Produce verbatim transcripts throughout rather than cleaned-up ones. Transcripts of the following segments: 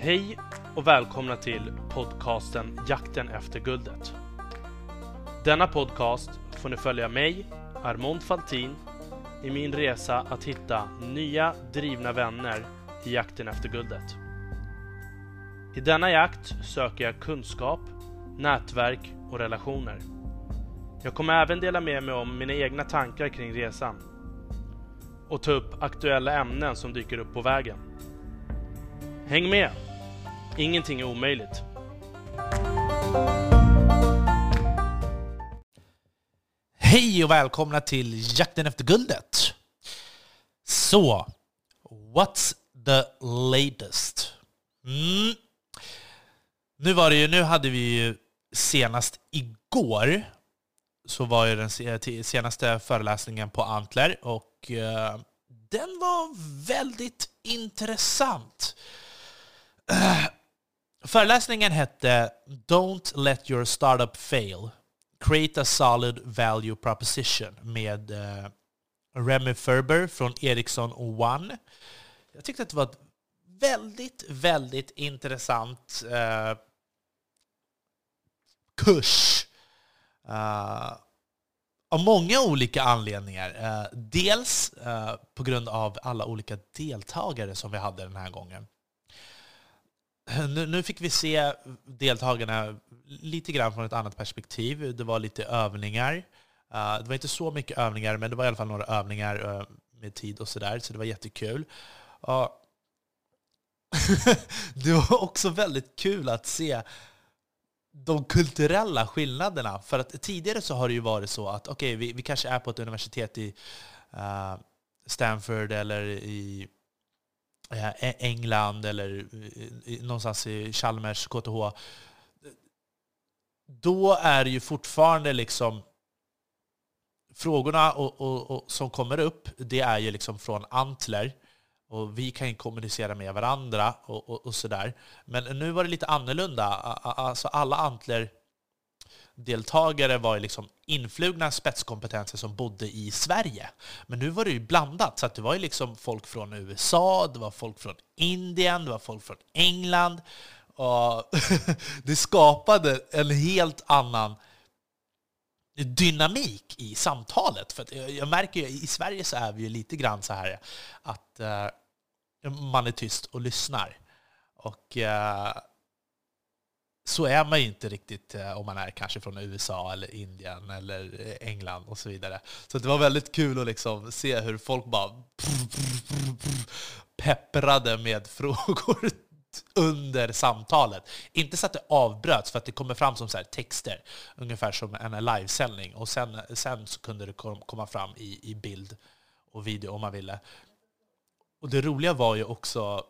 Hej och välkomna till podcasten Jakten efter guldet. Denna podcast får ni följa mig, Armond Faltin, i min resa att hitta nya drivna vänner i jakten efter guldet. I denna jakt söker jag kunskap, nätverk och relationer. Jag kommer även dela med mig om mina egna tankar kring resan och ta upp aktuella ämnen som dyker upp på vägen. Häng med! Ingenting är omöjligt. Hej och välkomna till Jakten efter guldet. Så, what's the latest? Mm. Nu var det ju, nu hade vi ju senast igår så var ju den senaste föreläsningen på Antler och uh, den var väldigt intressant. Uh, föreläsningen hette Don't let your startup fail. Create a solid value proposition med uh, Remy Ferber från Ericsson One. Jag tyckte att det var ett väldigt, väldigt intressant uh, kurs. Uh, av många olika anledningar. Uh, dels uh, på grund av alla olika deltagare som vi hade den här gången. Nu, nu fick vi se deltagarna lite grann från ett annat perspektiv. Det var lite övningar. Uh, det var inte så mycket övningar, men det var i alla fall några övningar uh, med tid och sådär. Så det var jättekul. Uh, det var också väldigt kul att se de kulturella skillnaderna. För att tidigare så har det ju varit så att okej, okay, vi, vi kanske är på ett universitet i uh, Stanford eller i uh, England eller i, någonstans i Chalmers, K T H. Då är det ju fortfarande liksom frågorna och, och, och, som kommer upp, det är ju liksom från Antler. Och vi kan ju kommunicera med varandra och, och, och sådär. Men nu var det lite annorlunda. Alltså alla Antler-deltagare var ju liksom influgna spetskompetenser som bodde i Sverige. Men nu var det ju blandat. Så att det var ju liksom folk från U S A, det var folk från Indien, det var folk från England. Och det skapade en helt annan dynamik i samtalet. För att jag märker ju, i Sverige så är vi ju lite grann så här att uh, man är tyst och lyssnar. Och uh, så är man ju inte riktigt uh, om man är kanske från U S A eller Indien eller England och så vidare. Så det var väldigt kul att liksom se hur folk bara pepprade med frågor under samtalet. Inte så att det avbröts för att det kommer fram som så här texter, ungefär som en livesändning, och sen, sen så kunde det komma fram i, i bild och video om man ville. Och det roliga var ju också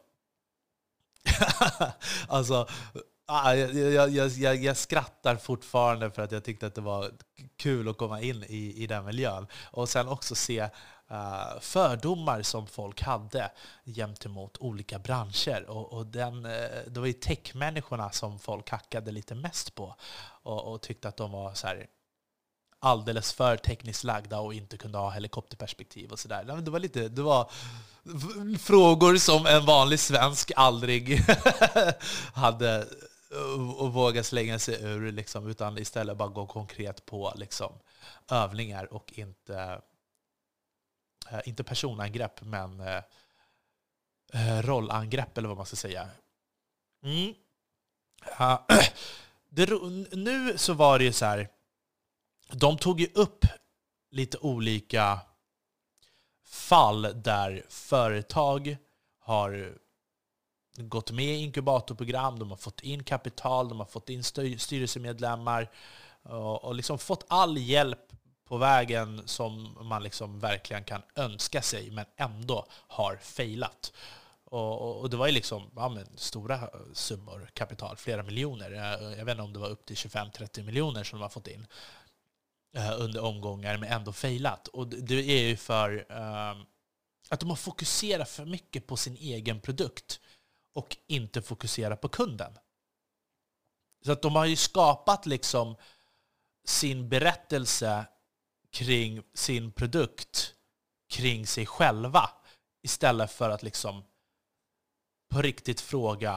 alltså jag, jag, jag, jag skrattar fortfarande för att jag tyckte att det var kul att komma in i, i den miljön. Och sen också se Uh, fördomar som folk hade gentemot olika branscher. Och, och den, uh, det var ju techmänniskorna som folk hackade lite mest på och, och tyckte att de var så här alldeles för tekniskt lagda och inte kunde ha helikopterperspektiv och sådär. Det var lite, det var frågor som en vanlig svensk aldrig hade och våga slänga sig ur liksom, utan istället bara gå konkret på liksom övningar och inte Uh, inte personangrepp, men uh, uh, rollangrepp eller vad man ska säga. Mm. Uh, det, nu så var det ju så här, de tog ju upp lite olika fall där företag har gått med i inkubatorprogram, de har fått in kapital, de har fått in styrelsemedlemmar och, och liksom fått all hjälp på vägen som man liksom verkligen kan önska sig, men ändå har failat. Och, och, och det var ju liksom ja, men stora summor kapital, flera miljoner. Jag, jag vet inte om det var upp till tjugofem till trettio miljoner som de har fått in uh, under omgångar, men ändå failat. Och det är ju för uh, att de har fokuserat för mycket på sin egen produkt och inte fokuserat på kunden. Så att de har ju skapat liksom sin berättelse kring sin produkt, kring sig själva, istället för att liksom på riktigt fråga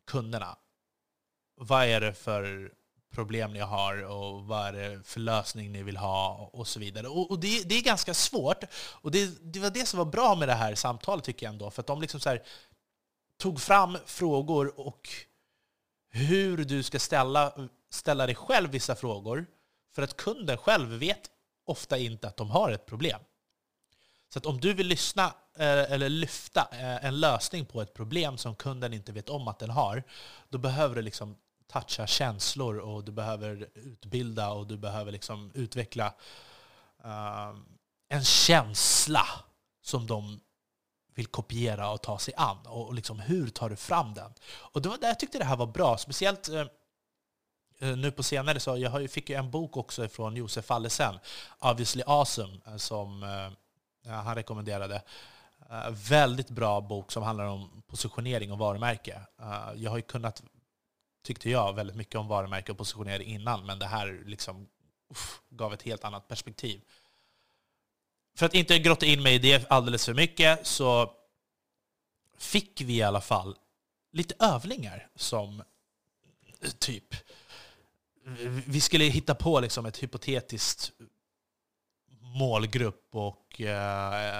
kunderna. Vad är det för problem ni har och vad är det för lösning ni vill ha och så vidare. Och, och det, det är ganska svårt. Och det, det var det som var bra med det här samtalet tycker jag ändå. För att de liksom så här tog fram frågor och hur du ska ställa, ställa dig själv vissa frågor. För att kunden själv vet ofta inte att de har ett problem. Så att om du vill lyssna eller lyfta en lösning på ett problem som kunden inte vet om att den har, då behöver du liksom toucha känslor och du behöver utbilda och du behöver liksom utveckla uh, en känsla som de vill kopiera och ta sig an. Och liksom, hur tar du fram den? Och det var där jag tyckte det här var bra. Speciellt uh, nu på senare så jag har ju, fick ju en bok också från Josef Fallesen, Obviously Awesome, som uh, han rekommenderade. Uh, väldigt bra bok som handlar om positionering och varumärke. Uh, jag har ju kunnat, tyckte jag, väldigt mycket om varumärke och positionering innan, men det här liksom uff, gav ett helt annat perspektiv. För att inte grotta in mig i det alldeles för mycket så fick vi i alla fall lite övningar som typ vi skulle hitta på liksom ett hypotetiskt målgrupp och eh,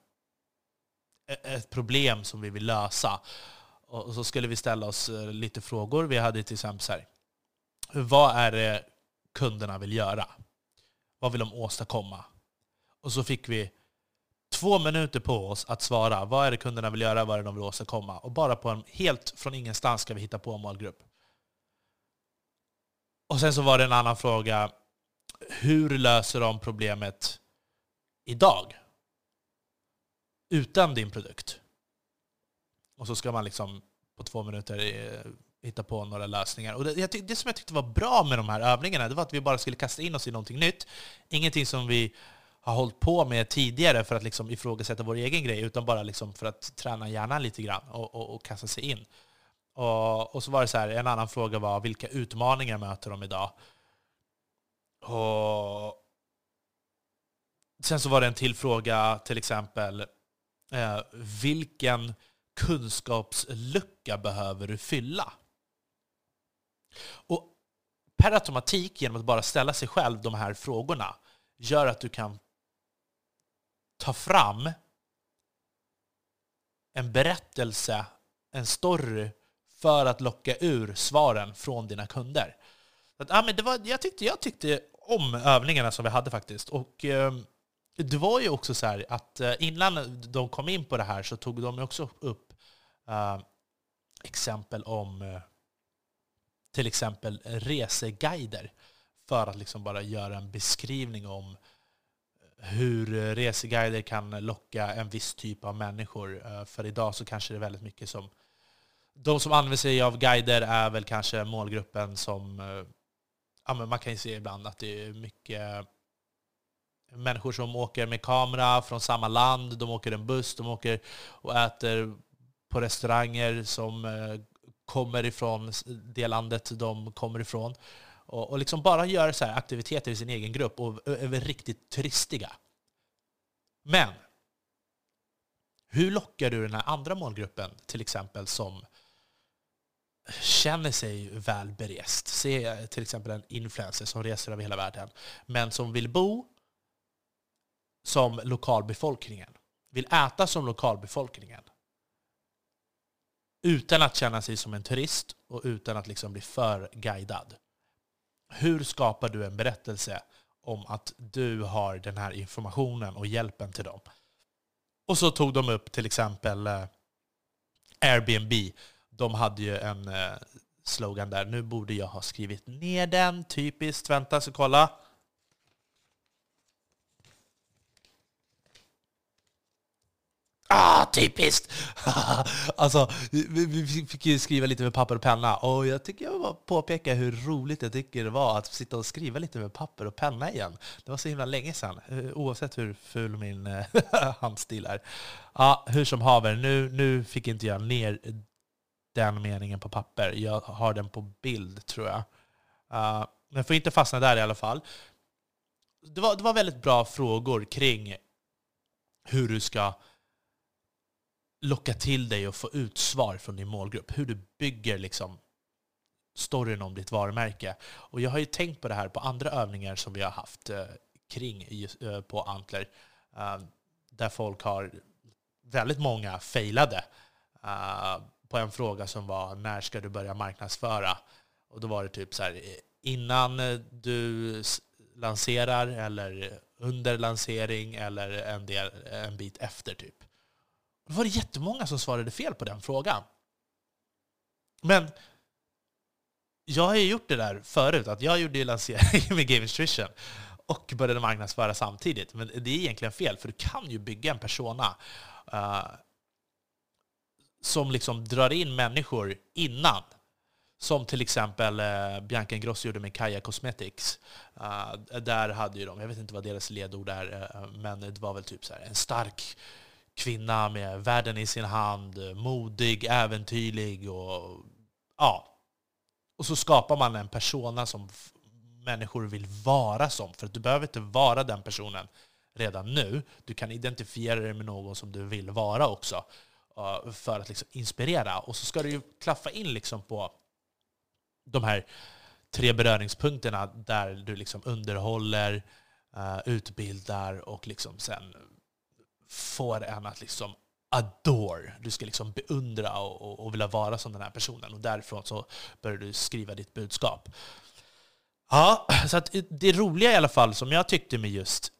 ett problem som vi vill lösa. Och så skulle vi ställa oss lite frågor. Vi hade till exempel så här: vad är det kunderna vill göra? Vad vill de åstadkomma? Och så fick vi två minuter på oss att svara. Vad är det kunderna vill göra? Vad är det de vill åstadkomma? Och bara på en helt från ingenstans ska vi hitta på en målgrupp. Och sen så var det en annan fråga. Hur löser de problemet idag? Utan din produkt. Och så ska man liksom på två minuter eh, hitta på några lösningar. Och det, jag tyck, det som jag tyckte var bra med de här övningarna, det var att vi bara skulle kasta in oss i någonting nytt. Ingenting som vi har hållit på med tidigare för att liksom ifrågasätta vår egen grej, utan bara liksom för att träna hjärnan lite grann och, och, och kasta sig in. Och, och så var det så här, en annan fråga var: vilka utmaningar möter de idag? Och sen så var det en till fråga, till exempel eh, vilken kunskapslucka behöver du fylla? Och per automatik, genom att bara ställa sig själv de här frågorna, gör att du kan ta fram en berättelse, en story, för att locka ur svaren från dina kunder. Så att, ja, men det var, jag, tyckte, jag tyckte om övningarna som vi hade faktiskt. Och eh, det var ju också så här att eh, innan de kom in på det här så tog de också upp eh, exempel om eh, till exempel reseguider, för att liksom bara göra en beskrivning om hur reseguider kan locka en viss typ av människor. För idag så kanske det är väldigt mycket som... De som använder sig av guider är väl kanske målgruppen som... Ja, men man kan ju se ibland att det är mycket människor som åker med kamera från samma land. De åker en buss, de åker och äter på restauranger som kommer ifrån det landet de kommer ifrån. Och, och liksom bara göra så här aktiviteter i sin egen grupp och är riktigt turistiga. Men hur lockar du den här andra målgruppen, till exempel, som känner sig väl berest? Se till exempel en influencer som reser över hela världen, men som vill bo som lokalbefolkningen. Vill äta som lokalbefolkningen. Utan att känna sig som en turist och utan att liksom bli för guidad. Hur skapar du en berättelse om att du har den här informationen och hjälpen till dem? Och så tog de upp till exempel eh, Airbnb. De hade ju en eh, slogan där. Nu borde jag ha skrivit ner den. Typiskt. Vänta, så kolla. Ah, typiskt! Alltså, vi, vi fick ju skriva lite med papper och penna. Och jag tycker jag var påpeka hur roligt jag tycker det var att sitta och skriva lite med papper och penna igen. Det var så himla länge sedan, oavsett hur ful min handstil är. Ja, hur som haver, nu, nu fick inte jag ner den meningen på papper. Jag har den på bild, tror jag. Uh, men får inte fastna där i alla fall. Det var, det var väldigt bra frågor kring hur du ska locka till dig och få ut svar från din målgrupp. Hur du bygger liksom storyn om ditt varumärke. Och jag har ju tänkt på det här på andra övningar som vi har haft eh, kring just, eh, på Antler. Eh, där folk har, väldigt många failade eh, på en fråga som var: när ska du börja marknadsföra? Och då var det typ så här: innan du lanserar, eller under lansering, eller en, del, en bit efter typ. Då var det jättemånga som svarade fel på den frågan. Men jag har ju gjort det där förut, att jag gjorde lansering med Game Nutrition och började marknadsföra samtidigt. Men det är egentligen fel, för du kan ju bygga en persona uh, som liksom drar in människor innan. Som till exempel uh, Bianca Ingrosso gjorde med Kaja Cosmetics. Uh, där hade ju de, jag vet inte vad deras ledord är, uh, men det var väl typ så här: en stark kvinna med världen i sin hand, modig, äventyrlig och ja. Och så skapar man en persona som f- människor vill vara som. För att du behöver inte vara den personen redan nu. Du kan identifiera dig med någon som du vill vara också. Uh, för att liksom inspirera. Och så ska du ju klaffa in liksom på de här tre beröringspunkterna där du liksom underhåller, uh, utbildar och liksom sen får en att liksom adore. Du ska liksom beundra och, och, och vilja vara som den här personen. Och därifrån så börjar du skriva ditt budskap. Ja, så att det roliga i alla fall som jag tyckte med just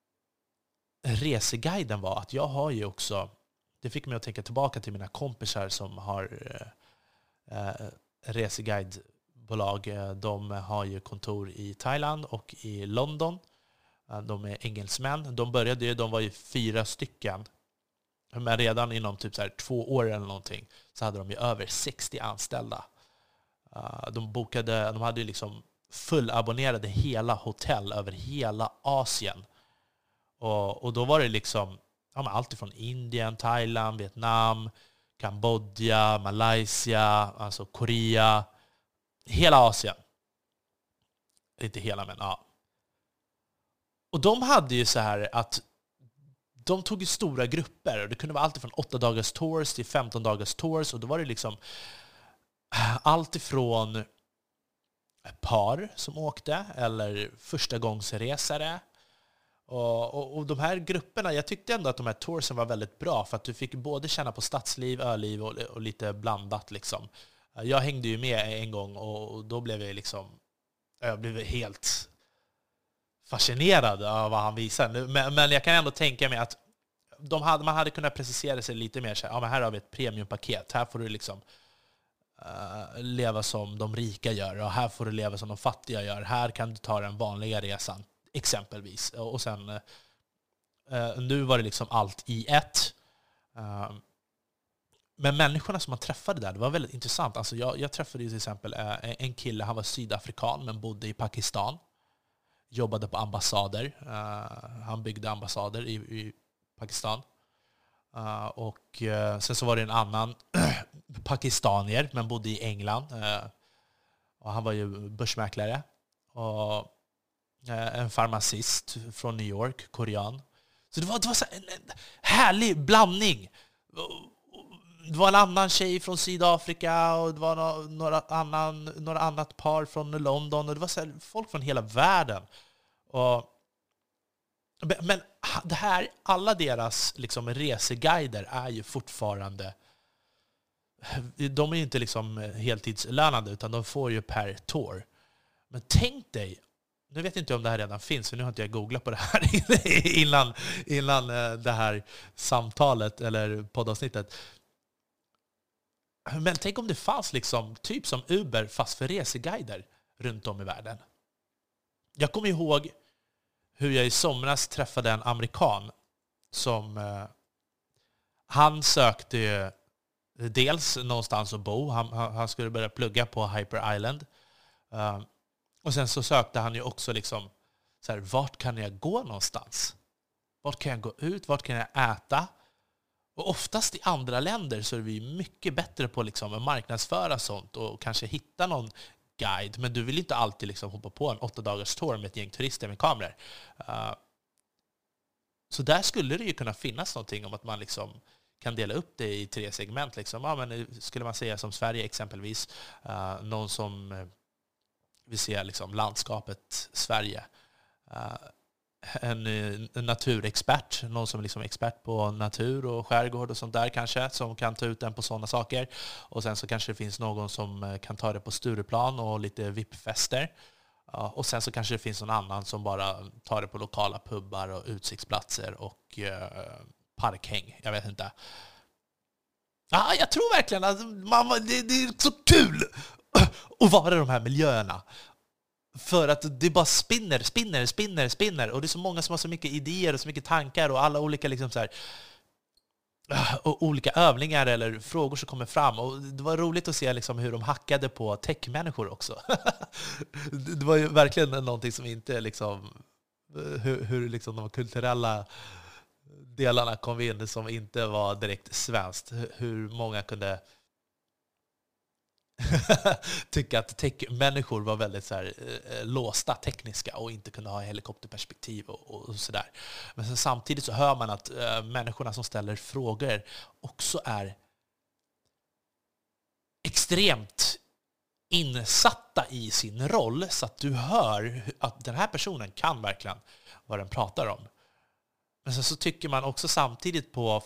reseguiden var att jag har ju också, det fick mig att tänka tillbaka till mina kompisar som har eh, reseguidebolag. De har ju kontor i Thailand och i London. De är engelsmän. De började ju, de var ju fyra stycken. Men redan inom typ så här två år eller någonting så hade de ju över sextio anställda. Uh, de bokade, de hade ju liksom fullabonnerade hela hotell över hela Asien. Och, och då var det liksom ja, allt ifrån Indien, Thailand, Vietnam, Kambodja, Malaysia, alltså Korea. Hela Asien. Inte hela, men ja. Och de hade ju så här att de tog ju stora grupper, och det kunde vara allt från åtta dagars tours till femton dagars tours, och då var det liksom allt ifrån par som åkte eller första gångsresare. Och, och, och de här grupperna, jag tyckte ändå att de här toursen var väldigt bra, för att du fick både känna på stadsliv, öliv och, och lite blandat liksom. Jag hängde ju med en gång, och då blev jag liksom jag blev helt fascinerad av vad han visade. Men, men jag kan ändå tänka mig att de hade, man hade kunnat precisera sig lite mer. Så här, ja, men här har vi ett premiumpaket. Här får du liksom uh, leva som de rika gör, och här får du leva som de fattiga gör. Här kan du ta den vanliga resan, exempelvis. Och sen uh, nu var det liksom allt i ett. Uh, men människorna som man träffade där, det var väldigt intressant. Alltså jag, jag träffade till exempel uh, en kille, han var sydafrikan men bodde i Pakistan. Jobbade på ambassader. Uh, han byggde ambassader i, i Pakistan. Uh, och uh, sen så var det en annan pakistanier, men bodde i England. Uh, och han var ju börsmäklare. Och uh, en farmacist från New York, korean. Så det var, det var så en, en härlig blandning. Det var en annan tjej från Sydafrika, och det var några, några, annan, några annat par från London, och det var så här, folk från hela världen. Och, men det här, alla deras liksom reseguider är ju fortfarande, de är ju inte liksom heltidslönade, utan de får ju per tour. Men tänk dig, nu vet jag inte om det här redan finns, för nu har inte jag googlat på det här innan, innan det här samtalet eller poddavsnittet. Men tänk om det fanns liksom typ som Uber fast för reseguider runt om i världen. Jag kommer ihåg hur jag i somras träffade en amerikan som eh, han sökte dels någonstans att bo. Han, han skulle börja plugga på Hyper Island. Uh, och sen så sökte han ju också liksom så här, vart kan jag gå någonstans? Vart kan jag gå ut? Vart kan jag äta? Och oftast i andra länder så är vi mycket bättre på liksom att marknadsföra sånt och kanske hitta någon guide. Men du vill inte alltid liksom hoppa på en åtta dagars tour med ett gäng turister med kameror. Uh, så där skulle det ju kunna finnas någonting om att man liksom kan dela upp det i tre segment. Liksom. Ja, men skulle man säga som Sverige exempelvis, uh, någon som uh, vi ser liksom landskapet Sverige. Uh, en, en naturexpert, någon som är liksom expert på natur och skärgård och sånt där kanske, som kan ta ut den på sådana saker. Och sen så kanske det finns någon som kan ta det på Stureplan och lite V I P-fester. Uh, och sen så kanske det finns någon annan som bara tar det på lokala pubbar och utsiktsplatser och uh, parkhäng. Jag vet inte. Ja, jag tror verkligen att mamma, det, det är så kul att vara i de här miljöerna. För att det bara spinner, spinner, spinner, spinner. Och det är så många som har så mycket idéer och så mycket tankar och alla olika liksom så här, och olika övningar eller frågor som kommer fram. Och det var roligt att se liksom hur de hackade på techmänniskor också. Det var ju verkligen någonting som inte liksom, hur, hur liksom de kulturella delarna kom in som inte var direkt svenskt. Hur många kunde tycka att tech-människor var väldigt så här, eh, låsta, tekniska och inte kunde ha helikopterperspektiv och, och sådär. Men sen samtidigt så hör man att eh, människorna som ställer frågor också är extremt insatta i sin roll, så att du hör att den här personen kan verkligen vad den pratar om. Men sen så tycker man också samtidigt på,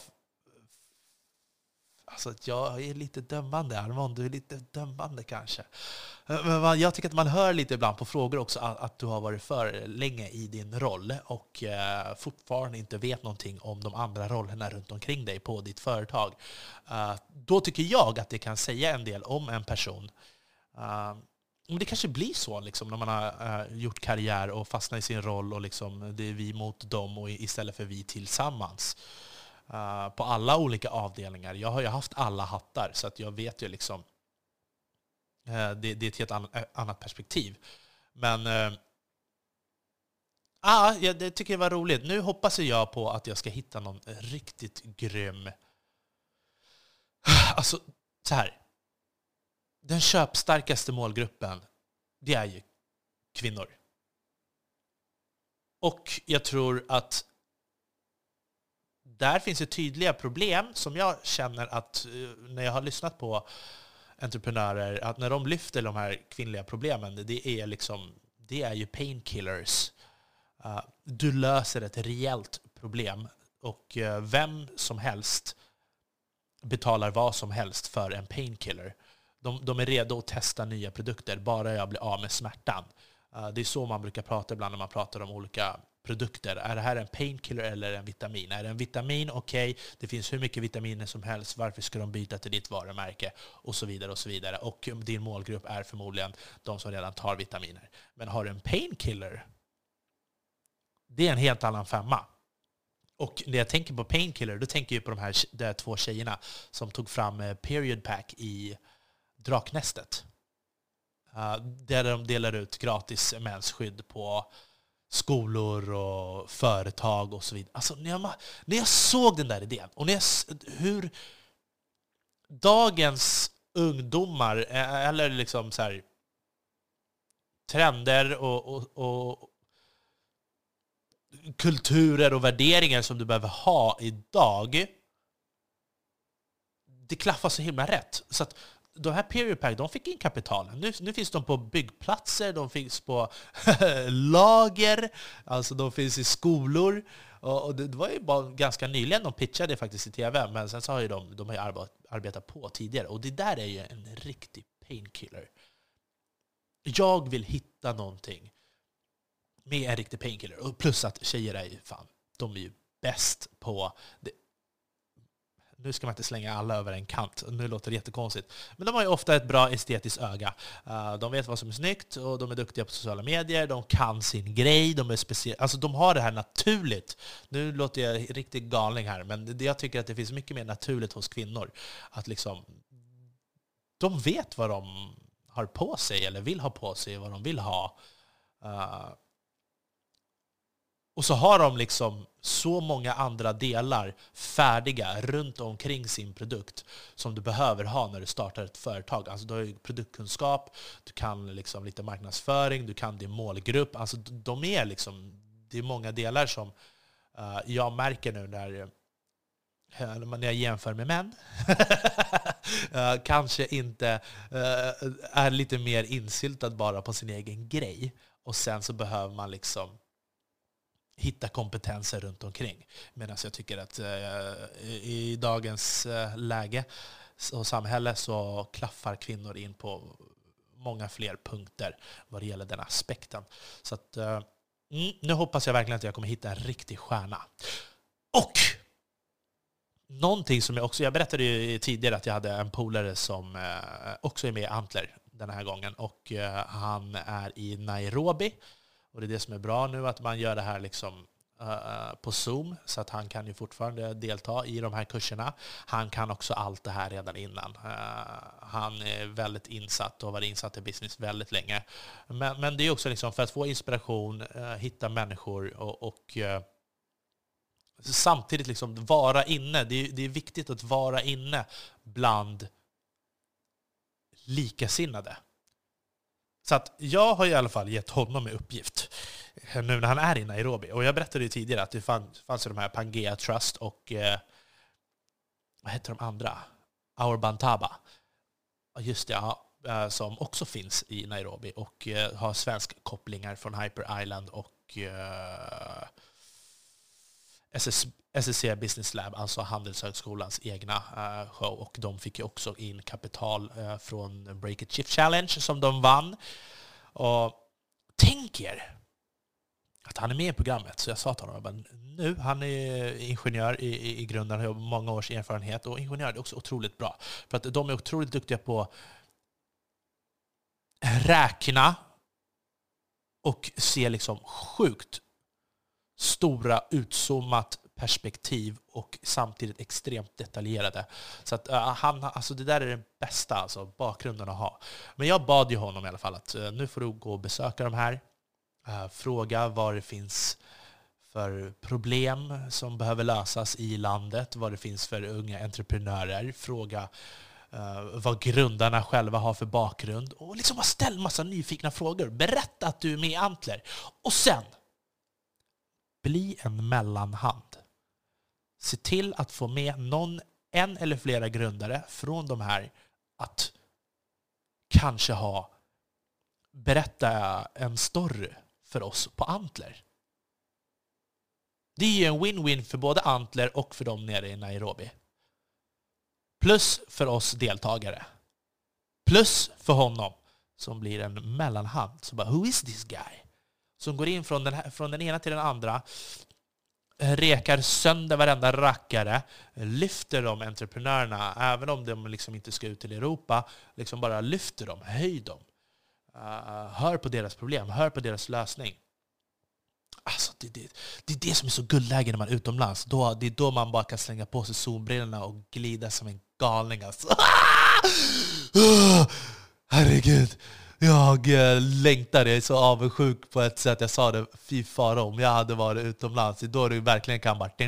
alltså att jag är lite dömande, Armand, du är lite dömande kanske. Men man, jag tycker att man hör lite ibland på frågor också att, att du har varit för länge i din roll och eh, fortfarande inte vet någonting om de andra rollerna runt omkring dig på ditt företag. Uh, då tycker jag att det kan säga en del om en person. Uh, men det kanske blir så liksom, när man har uh, gjort karriär och fastnat i sin roll och liksom, det är vi mot dem och istället för vi tillsammans. Uh, på alla olika avdelningar. Jag har ju haft alla hattar, så att jag vet ju liksom uh, det, det är ett helt annat, annat perspektiv. Men uh, ah, ja, det tycker jag var roligt. Nu hoppas jag på att jag ska hitta någon riktigt grym. Alltså, så här. Den köpstarkaste målgruppen, det är ju kvinnor. Och jag tror att där finns det tydliga problem som jag känner att när jag har lyssnat på entreprenörer, att när de lyfter de här kvinnliga problemen, det är liksom, det är ju painkillers. Uh, du löser ett reellt problem och uh, vem som helst betalar vad som helst för en painkiller. De, de är redo att testa nya produkter, bara jag blir av med smärtan. Uh, det är så man brukar prata ibland när man pratar om olika produkter. Är det här en painkiller eller en vitamin? Är det en vitamin? Okej, okay. Det finns hur mycket vitaminer som helst. Varför ska de byta till ditt varumärke? Och så vidare och så vidare. Och din målgrupp är förmodligen de som redan tar vitaminer. Men har du en painkiller, det är en helt annan femma. Och när jag tänker på painkiller, då tänker jag på de här, de här två tjejerna som tog fram Period Pack i Draknästet. Uh, där de delar ut gratis mensskydd på skolor och företag och så vidare. Alltså när jag, när jag såg den där idén och när jag, hur dagens ungdomar eller liksom så här trender och, och, och kulturer och värderingar som du behöver ha idag, det klaffar så himla rätt. Så att de här Period Pack, de fick in kapital. Nu, nu finns de på byggplatser, de finns på lager, alltså de finns i skolor. Och, och det, det var ju bara ganska nyligen de pitchade faktiskt i tv, men sen så har ju de, de har ju arbetat, arbetat på tidigare. Och det där är ju en riktig painkiller. Jag vill hitta någonting med en riktig painkiller. Och plus att tjejer är ju fan, de är ju bäst på det. Nu ska man inte slänga alla över en kant. Nu låter det jättekonstigt. Men de har ju ofta ett bra estetiskt öga. De vet vad som är snyggt och de är duktiga på sociala medier. De kan sin grej. De är speciella. Alltså de har det här naturligt. Nu låter jag riktigt galning här, men jag tycker att det finns mycket mer naturligt hos kvinnor. Att liksom de vet vad de har på sig eller vill ha på sig, vad de vill ha. Uh, Och så har de liksom så många andra delar färdiga runt omkring sin produkt som du behöver ha när du startar ett företag. Alltså du har ju produktkunskap, du kan liksom lite marknadsföring, du kan din målgrupp. Alltså de är liksom, det är många delar som uh, jag märker nu när när jag jämför med män, kanske inte är lite mer insyltad bara på sin egen grej. Och sen så behöver man liksom hitta kompetenser runt omkring. Medan jag tycker att i dagens läge och samhälle så klaffar kvinnor in på många fler punkter vad det gäller den aspekten. Så att, mm, nu hoppas jag verkligen att jag kommer hitta en riktig stjärna. Och någonting som jag också, jag berättade ju tidigare att jag hade en polare som eh, också är med i Antler den här gången, och eh, han är i Nairobi, och det är det som är bra nu, att man gör det här liksom uh, på Zoom, så att han kan ju fortfarande delta i de här kurserna. Han kan också allt det här redan innan. Uh, han är väldigt insatt och har varit insatt i business väldigt länge. Men, men det är också liksom för att få inspiration, uh, hitta människor och, och uh, samtidigt liksom vara inne. Det är, det är viktigt att vara inne bland likasinnade. Så att jag har i alla fall gett honom en uppgift nu när han är i Nairobi. Och jag berättade ju tidigare att det fanns, fanns de här Pangea Trust och eh, vad heter de andra? Our Bantaba. Just det, ja, som också finns i Nairobi och eh, har svensk kopplingar från Hyper Island och eh, S S C Business Lab, alltså Handelshögskolans egna uh, show. Och de fick ju också in kapital uh, från Break It Shift Challenge som de vann. Och tänk er att han är med i programmet. Så jag sa till honom, nu, han är ingenjör i, i, i grunden, har många års erfarenhet, och ingenjör är också otroligt bra. För att de är otroligt duktiga på räkna och se liksom sjukt stora, utzoomat perspektiv och samtidigt extremt detaljerade. Så att uh, han, alltså det där är den bästa alltså, bakgrunden att ha. Men jag bad ju honom i alla fall att uh, nu får du gå och besöka de här. Uh, fråga vad det finns för problem som behöver lösas i landet. Vad det finns för unga entreprenörer. Fråga uh, vad grundarna själva har för bakgrund. Och liksom bara ställ massa nyfikna frågor. Berätta att du är med i Antler. Och sen bli en mellanhand. Se till att få med någon, en eller flera grundare från de här att kanske ha berätta en story för oss på Antler. Det är ju en win-win för både Antler och för dem nere i Nairobi. Plus för oss deltagare. Plus för honom som blir en mellanhand. Så bara, who is this guy? Som går in från den, här, från den ena till den andra, rekar sönder varenda rackare, lyfter de entreprenörerna, även om de liksom inte ska ut till Europa, liksom bara lyfter dem, höj dem. Uh, hör på deras problem, hör på deras lösning. Alltså, det, det, det är det som är så guldläge när man är utomlands. Då, det är då man bara kan slänga på sig solbrillorna och glida som en galning. Alltså. Herregud. Jag längtar, jag är så avundsjuk på ett sätt. Jag sa det, fy fara om jag hade varit utomlands. Då är det verkligen kan bara...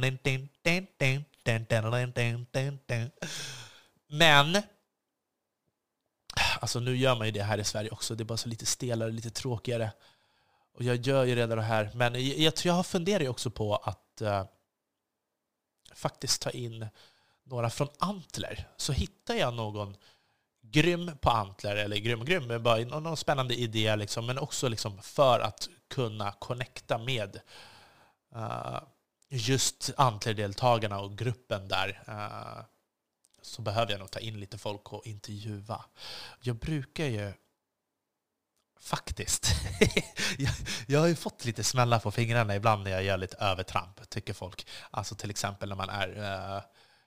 Men alltså nu gör man ju det här i Sverige också. Det är bara så lite stelare, lite tråkigare. Och jag gör ju redan det här. Men jag, jag har funderat också på att uh, faktiskt ta in några från Antler. Så hittar jag någon grym på Antler, eller grym grym, men bara någon spännande idé liksom, men också liksom för att kunna connecta med uh, just Antler-deltagarna och gruppen där, uh, så behöver jag nog ta in lite folk och intervjua. Jag brukar ju faktiskt jag, jag har ju fått lite smällar på fingrarna ibland när jag gör lite övertramp, tycker folk. Alltså till exempel när man är uh,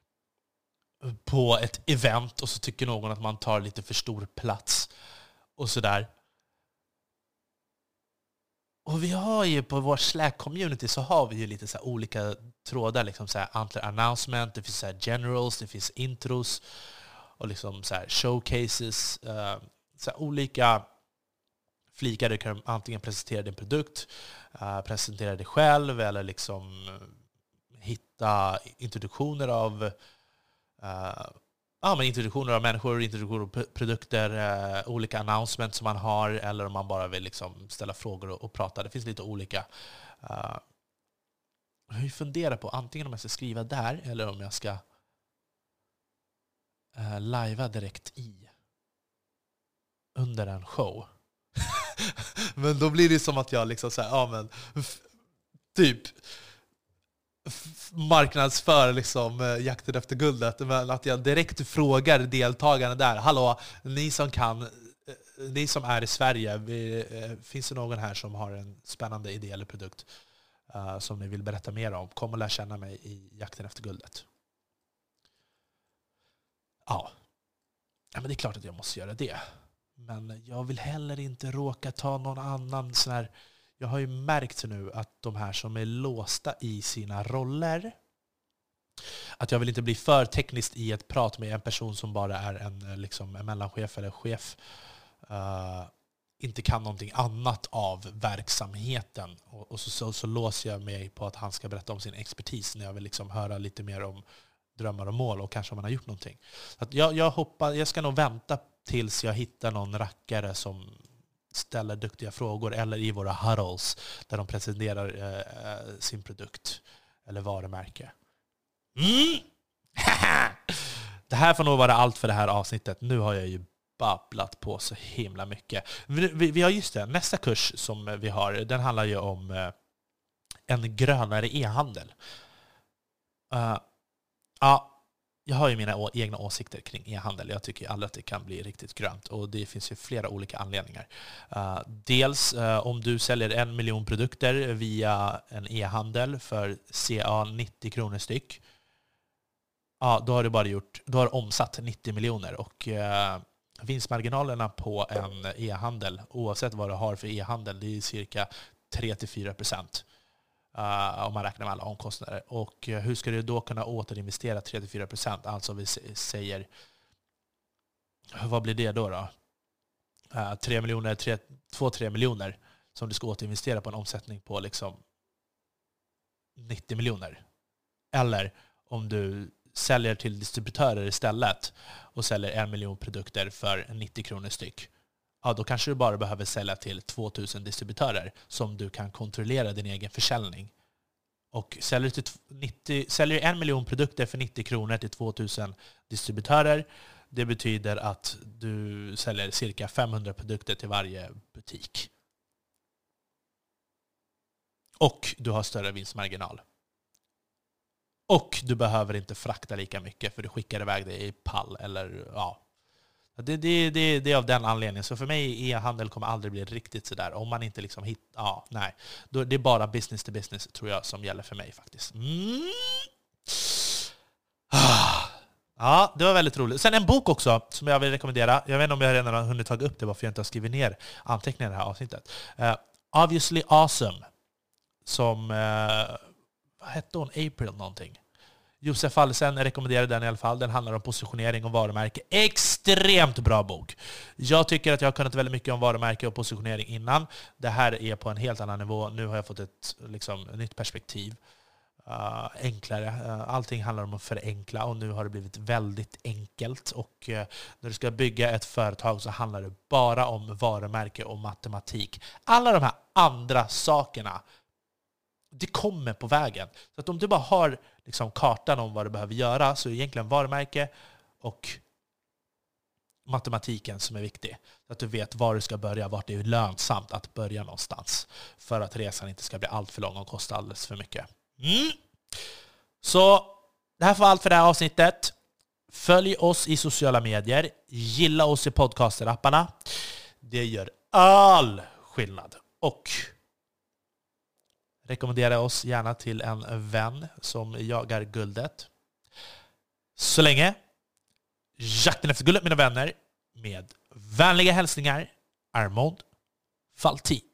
på ett event och så tycker någon att man tar lite för stor plats och sådär. Och vi har ju på vår Slack-community så har vi ju lite så här olika trådar, liksom så här Antler announcement, det finns så här generals, det finns intros och liksom så här showcases, uh, så här olika flikar. Du kan antingen presentera din produkt, uh, presentera dig själv eller liksom hitta introduktioner av Uh, ja, men introduktioner av människor, introduktioner av produkter, uh, olika announcements som man har, eller om man bara vill liksom ställa frågor och, och prata. Det finns lite olika uh, jag funderar på antingen om jag ska skriva där eller om jag ska uh, livea direkt i under en show. Men då blir det som att jag liksom så här, ja men f- typ f- marknadsför liksom uh, jakten efter guldet, men att jag direkt frågar deltagarna där, hallå, ni som kan, uh, ni som är i Sverige, vi, uh, finns det någon här som har en spännande idé eller produkt uh, som ni vill berätta mer om? Kom och lär känna mig i jakten efter guldet. Ja. Ja, men det är klart att jag måste göra det. Men jag vill heller inte råka ta någon annan sån här... Jag har ju märkt nu att de här som är låsta i sina roller, att jag vill inte bli för tekniskt i ett prat med en person som bara är en, liksom, en mellanchef eller chef, uh, inte kan någonting annat av verksamheten. Och, och så, så, så låser jag mig på att han ska berätta om sin expertis när jag vill liksom höra lite mer om drömmar och mål och kanske om man har gjort någonting. Så att jag, jag, hoppas, jag ska nog vänta tills jag hittar någon rackare som ställer duktiga frågor, eller i våra huddles där de presenterar eh, sin produkt eller varumärke. Mm. Det här får nog vara allt för det här avsnittet. Nu har jag ju babblat på så himla mycket. Vi, vi, vi har just det, nästa kurs som vi har, den handlar ju om eh, en grönare e-handel. Uh, ja, jag har ju mina å- egna åsikter kring e-handel. Jag tycker aldrig att det kan bli riktigt grönt. Och det finns ju flera olika anledningar. Uh, dels uh, om du säljer en miljon produkter via en e-handel för C A nittio kronor styck. Ja, då har du bara gjort, då har du omsatt nittio miljoner. Och uh, vinstmarginalerna på en e-handel, oavsett vad du har för e-handel, det är cirka tre till fyra procent. Uh, om man räknar med alla omkostnader. Och uh, hur ska du då kunna återinvestera tre till fyra procent? Alltså vi säger, vad blir det då? då? Uh, tre miljoner, två till tre miljoner som du ska återinvestera på en omsättning på liksom nittio miljoner. Eller om du säljer till distributörer istället och säljer en miljon produkter för nittio kronor styck. Ja, då kanske du bara behöver sälja till tvåtusen distributörer som du kan kontrollera din egen försäljning. Och säljer du nittio, säljer en miljon produkter för nittio kronor till tvåtusen distributörer, det betyder att du säljer cirka femhundra produkter till varje butik. Och du har större vinstmarginal. Och du behöver inte frakta lika mycket för du skickar iväg det i pall eller ja. Det, det, det, det är av den anledningen. Så för mig e-handel kommer aldrig bli riktigt sådär. Om man inte liksom hittar... Ja, nej. Då, det är bara business to business tror jag som gäller för mig faktiskt. Mm. Ja, det var väldigt roligt. Sen en bok också som jag vill rekommendera. Jag vet inte om jag redan har hunnit ta upp det varför jag inte har skrivit ner anteckningar i det här avsnittet. Uh, Obviously Awesome. Som... Uh, vad hette hon? April någonting. Josef Fallesen rekommenderade den i alla fall. Den handlar om positionering och varumärke. Extremt bra bok. Jag tycker att jag har kunnat väldigt mycket om varumärke och positionering innan. Det här är på en helt annan nivå. Nu har jag fått ett liksom, nytt perspektiv. Uh, enklare. Uh, allting handlar om att förenkla och nu har det blivit väldigt enkelt. Och uh, när du ska bygga ett företag så handlar det bara om varumärke och matematik. Alla de här andra sakerna, det kommer på vägen. Så att om du bara har liksom kartan om vad du behöver göra så är det egentligen varumärke och matematiken som är viktig. Så att du vet var du ska börja, vart det är lönsamt att börja någonstans. För att resan inte ska bli allt för lång och kosta alldeles för mycket. Mm. Så det här var allt för det här avsnittet. Följ oss i sociala medier. Gilla oss i podcasterapparna. Det gör all skillnad. Och rekommendera oss gärna till en vän som jagar guldet. Så länge, jakten efter guldet mina vänner, med vänliga hälsningar, Armond Faltin.